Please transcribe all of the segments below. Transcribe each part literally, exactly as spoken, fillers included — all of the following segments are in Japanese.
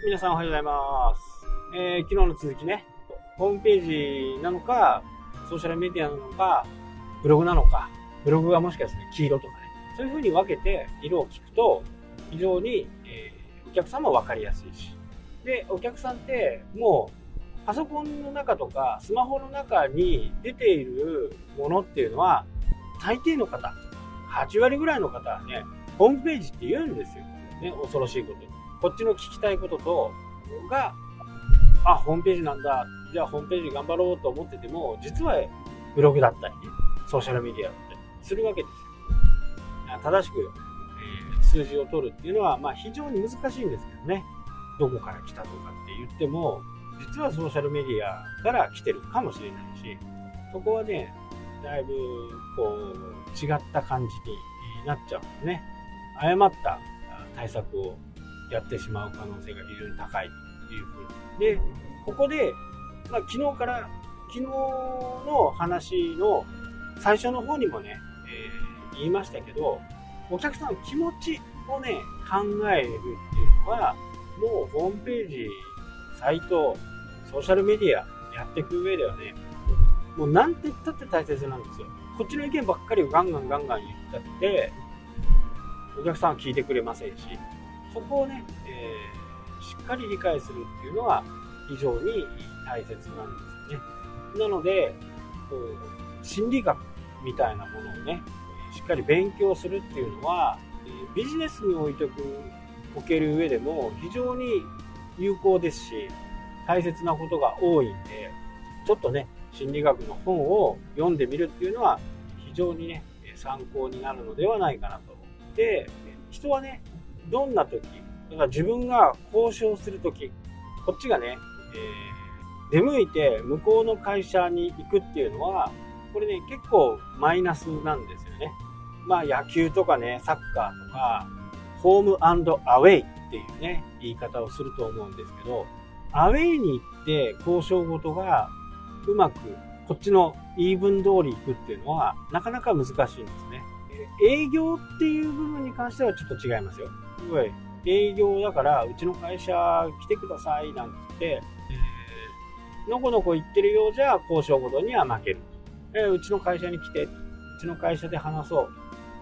皆さんおはようございます。えー、昨日の続きね、ホームページなのか、ソーシャルメディアなのか、ブログなのか、ブログがもしかして黄色とかね、そういう風に分けて色を聞くと、非常に、えー、お客さんも分かりやすいし。で、お客さんってもうパソコンの中とかスマホの中に出ているものっていうのは、大抵の方、はちわりぐらいの方はね、ホームページって言うんですよ。ね、恐ろしいことに。こっちの聞きたいことと、が、あ、ホームページなんだ。じゃあホームページ頑張ろうと思ってても、実はブログだったりね、ソーシャルメディアだったりするわけですよ。正しく、えー、数字を取るっていうのは、まあ非常に難しいんですけどね。どこから来たとかって言っても、実はソーシャルメディアから来てるかもしれないし、そこはね、だいぶこう違った感じになっちゃうんですね。誤った対策をやってしまう可能性が非常に高いというふうに。で、ここで、まあ、昨日から、昨日の話の最初の方にもね、えー、言いましたけど、お客さんの気持ちをね、考えるっていうのは、もうホームページ、サイト、ソーシャルメディアやっていく上ではね、もうなんて言ったって大切なんですよ。こっちの意見ばっかりをガンガンガンガン言ったって、お客さんは聞いてくれませんし、そこをね、えー、しっかり理解するっていうのは非常に大切なんですよね。なので、こう心理学みたいなものをね、しっかり勉強するっていうのは、ビジネスにおいておける上でも非常に有効ですし、大切なことが多いんで、ちょっとね、心理学の本を読んでみるっていうのは非常にね、参考になるのではないかなと思って、人はね、どんな時、だから自分が交渉する時、こっちがね、えー、出向いて向こうの会社に行くっていうのは、これね、結構マイナスなんですよね。まあ野球とかね、サッカーとか、ホーム&アウェイっていうね、言い方をすると思うんですけど、アウェイに行って交渉事がうまくこっちの言い分通り行くっていうのはなかなか難しいんですね。営業っていう部分に関してはちょっと違いますよ。すごい営業だからうちの会社来てくださいなんて言って、えー、のこのこ言ってるようじゃ交渉事には負ける。えー、うちの会社に来て、うちの会社で話そう。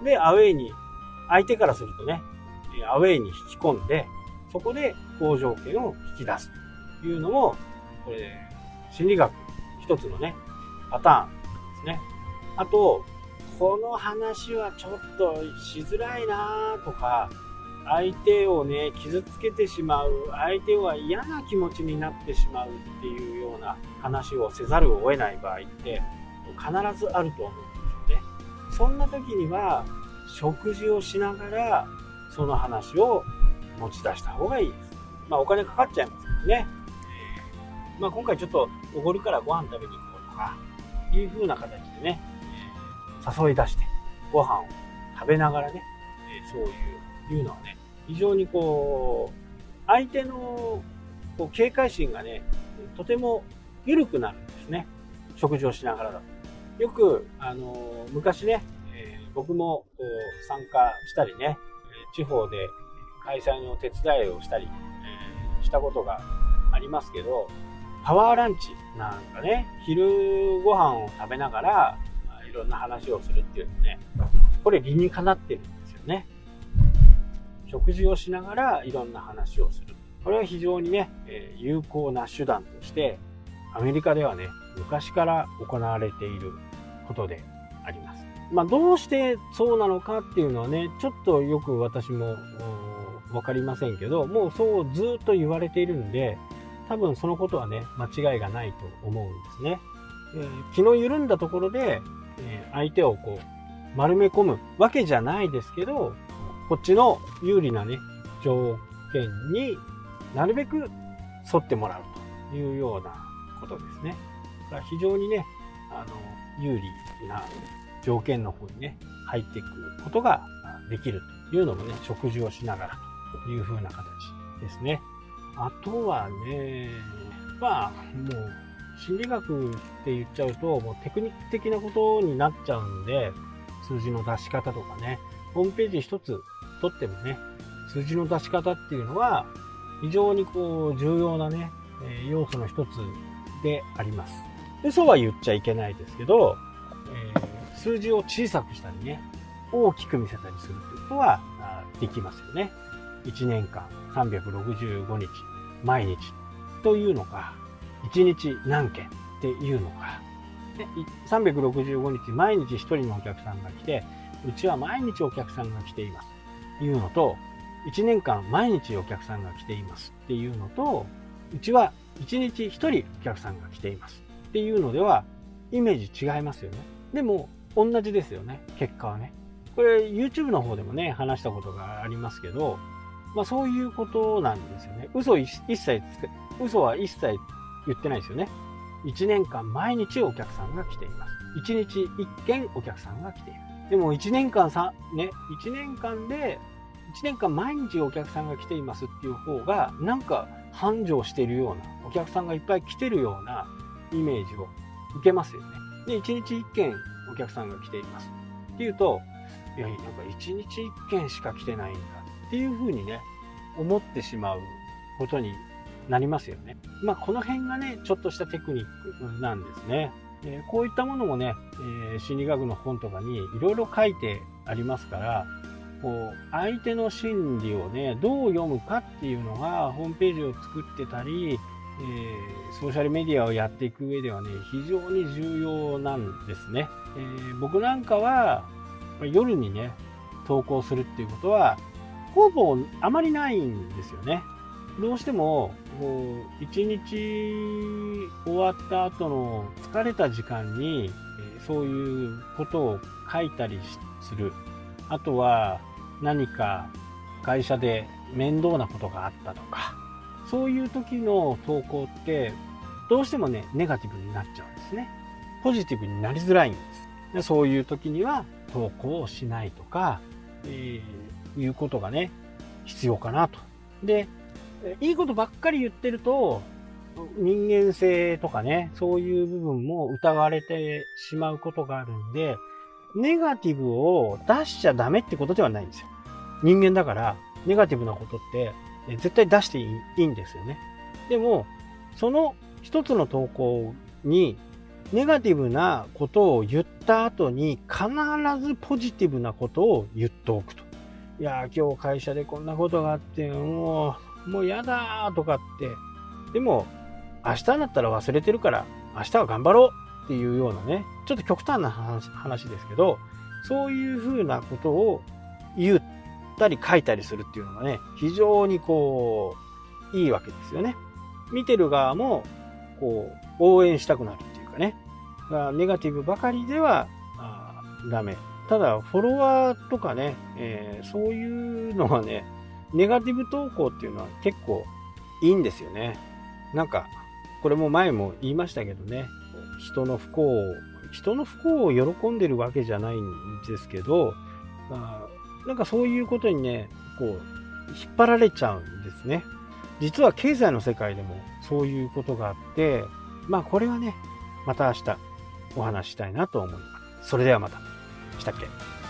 で、アウェイに、相手からするとね、アウェイに引き込んで、そこで好条件を引き出すというのも、これ、心理学一つのね、パターンですね。あと、この話はちょっとしづらいなとか、相手をね、傷つけてしまう、相手は嫌な気持ちになってしまうっていうような話をせざるを得ない場合って必ずあると思うんですよね。そんな時には食事をしながらその話を持ち出した方がいいです。まあお金かかっちゃいますけどね。えー、まあ今回ちょっとおごるからご飯食べに行こうとかいう風な形でね、えー、誘い出してご飯を食べながらね、えー、そういういうのはね、非常にこう相手のこう警戒心がね、とても緩くなるんですね。食事をしながらだと。よくあの昔ね、えー、僕もこう参加したりね、地方で開催の手伝いをしたり、えー、したことがありますけど、パワーランチなんかね、昼ご飯を食べながらいろんな話をするっていうのね、これ理にかなってるんですよね。食事をしながらいろんな話をする。これは非常にね、えー、有効な手段としてアメリカではね、昔から行われていることであります。まあどうしてそうなのかっていうのはね、ちょっとよく私もわかりませんけど、もうそうずっと言われているんで、多分そのことはね、間違いがないと思うんですね。えー、気の緩んだところで、えー、相手をこう丸め込むわけじゃないですけど、こっちの有利なね、条件になるべく沿ってもらうというようなことですね。だから非常にね、あの、有利な条件の方にね、入っていくことができるというのもね、食事をしながらという風な形ですね。あとはね、まあ、もう、心理学って言っちゃうと、もうテクニック的なことになっちゃうんで、数字の出し方とかね、ホームページ一つ取ってもね、数字の出し方っていうのは、 非常にこう重要なね、えー、要素の一つであります。嘘は言っちゃいけないですけど、えー、数字を小さくしたりね、大きく見せたりするってことはできますよね。いちねんかんさんびゃくろくじゅうごにち毎日というのか、いちにち何件っていうのか、さんびゃくろくじゅうごにち毎日ひとりのお客さんが来て、うちは毎日お客さんが来ていますというのと、いちねんかん毎日お客さんが来ていますっていうのと、うちはいちにちひとりお客さんが来ていますっていうのではイメージ違いますよね。でも同じですよね、結果はね。これ YouTube の方でもね話したことがありますけど、まあそういうことなんですよね。嘘一切嘘は一切言ってないですよね。いちねんかん毎日お客さんが来ています。いちにちいっけんお客さんが来ている。でもいちねんかんさね、いちねんかんでいちねんかん毎日お客さんが来ていますっていう方がなんか繁盛しているような、お客さんがいっぱい来てるようなイメージを受けますよね。でいちにちいっけんお客さんが来ていますっていうと、いやなんかいちにちいっけんしか来てないんだっていう風にね思ってしまうことになりますよね。まあこの辺がねちょっとしたテクニックなんですね。えー、こういったものもね、えー、心理学の本とかにいろいろ書いてありますから、こう相手の心理をねどう読むかっていうのがホームページを作ってたり、えー、ソーシャルメディアをやっていく上ではね非常に重要なんですね。えー、僕なんかは夜にね投稿するっていうことはほぼあまりないんですよね。どうしてもこう一日終わった後の疲れた時間にそういうことを書いたりする。あとは何か会社で面倒なことがあったとか、そういう時の投稿ってどうしてもねネガティブになっちゃうんですね。ポジティブになりづらいんです。でそういう時には投稿をしないとか、えー、いうことがね必要かなと。でいいことばっかり言ってると人間性とかねそういう部分も疑われてしまうことがあるんで、ネガティブを出しちゃダメってことではないんですよ。人間だからネガティブなことって絶対出していいんですよね。でもその一つの投稿にネガティブなことを言った後に必ずポジティブなことを言っておくと。いや今日会社でこんなことがあってもうもうやだーとかって、でも明日になったら忘れてるから明日は頑張ろうっていうようなね、ちょっと極端な話、話ですけど、そういうふうなことを言ったり書いたりするっていうのがね非常にこういいわけですよね。見てる側もこう応援したくなるっていうかね、ネガティブばかりではあダメ。ただフォロワーとかね、えー、そういうのはねネガティブ投稿っていうのは結構いいんですよね。なんかこれも前も言いましたけどね、人の不幸を人の不幸を喜んでるわけじゃないんですけど、まあ、なんかそういうことにねこう引っ張られちゃうんですね。実は経済の世界でもそういうことがあって、まあこれはねまた明日お話ししたいなと思います。それではまた。したっけ。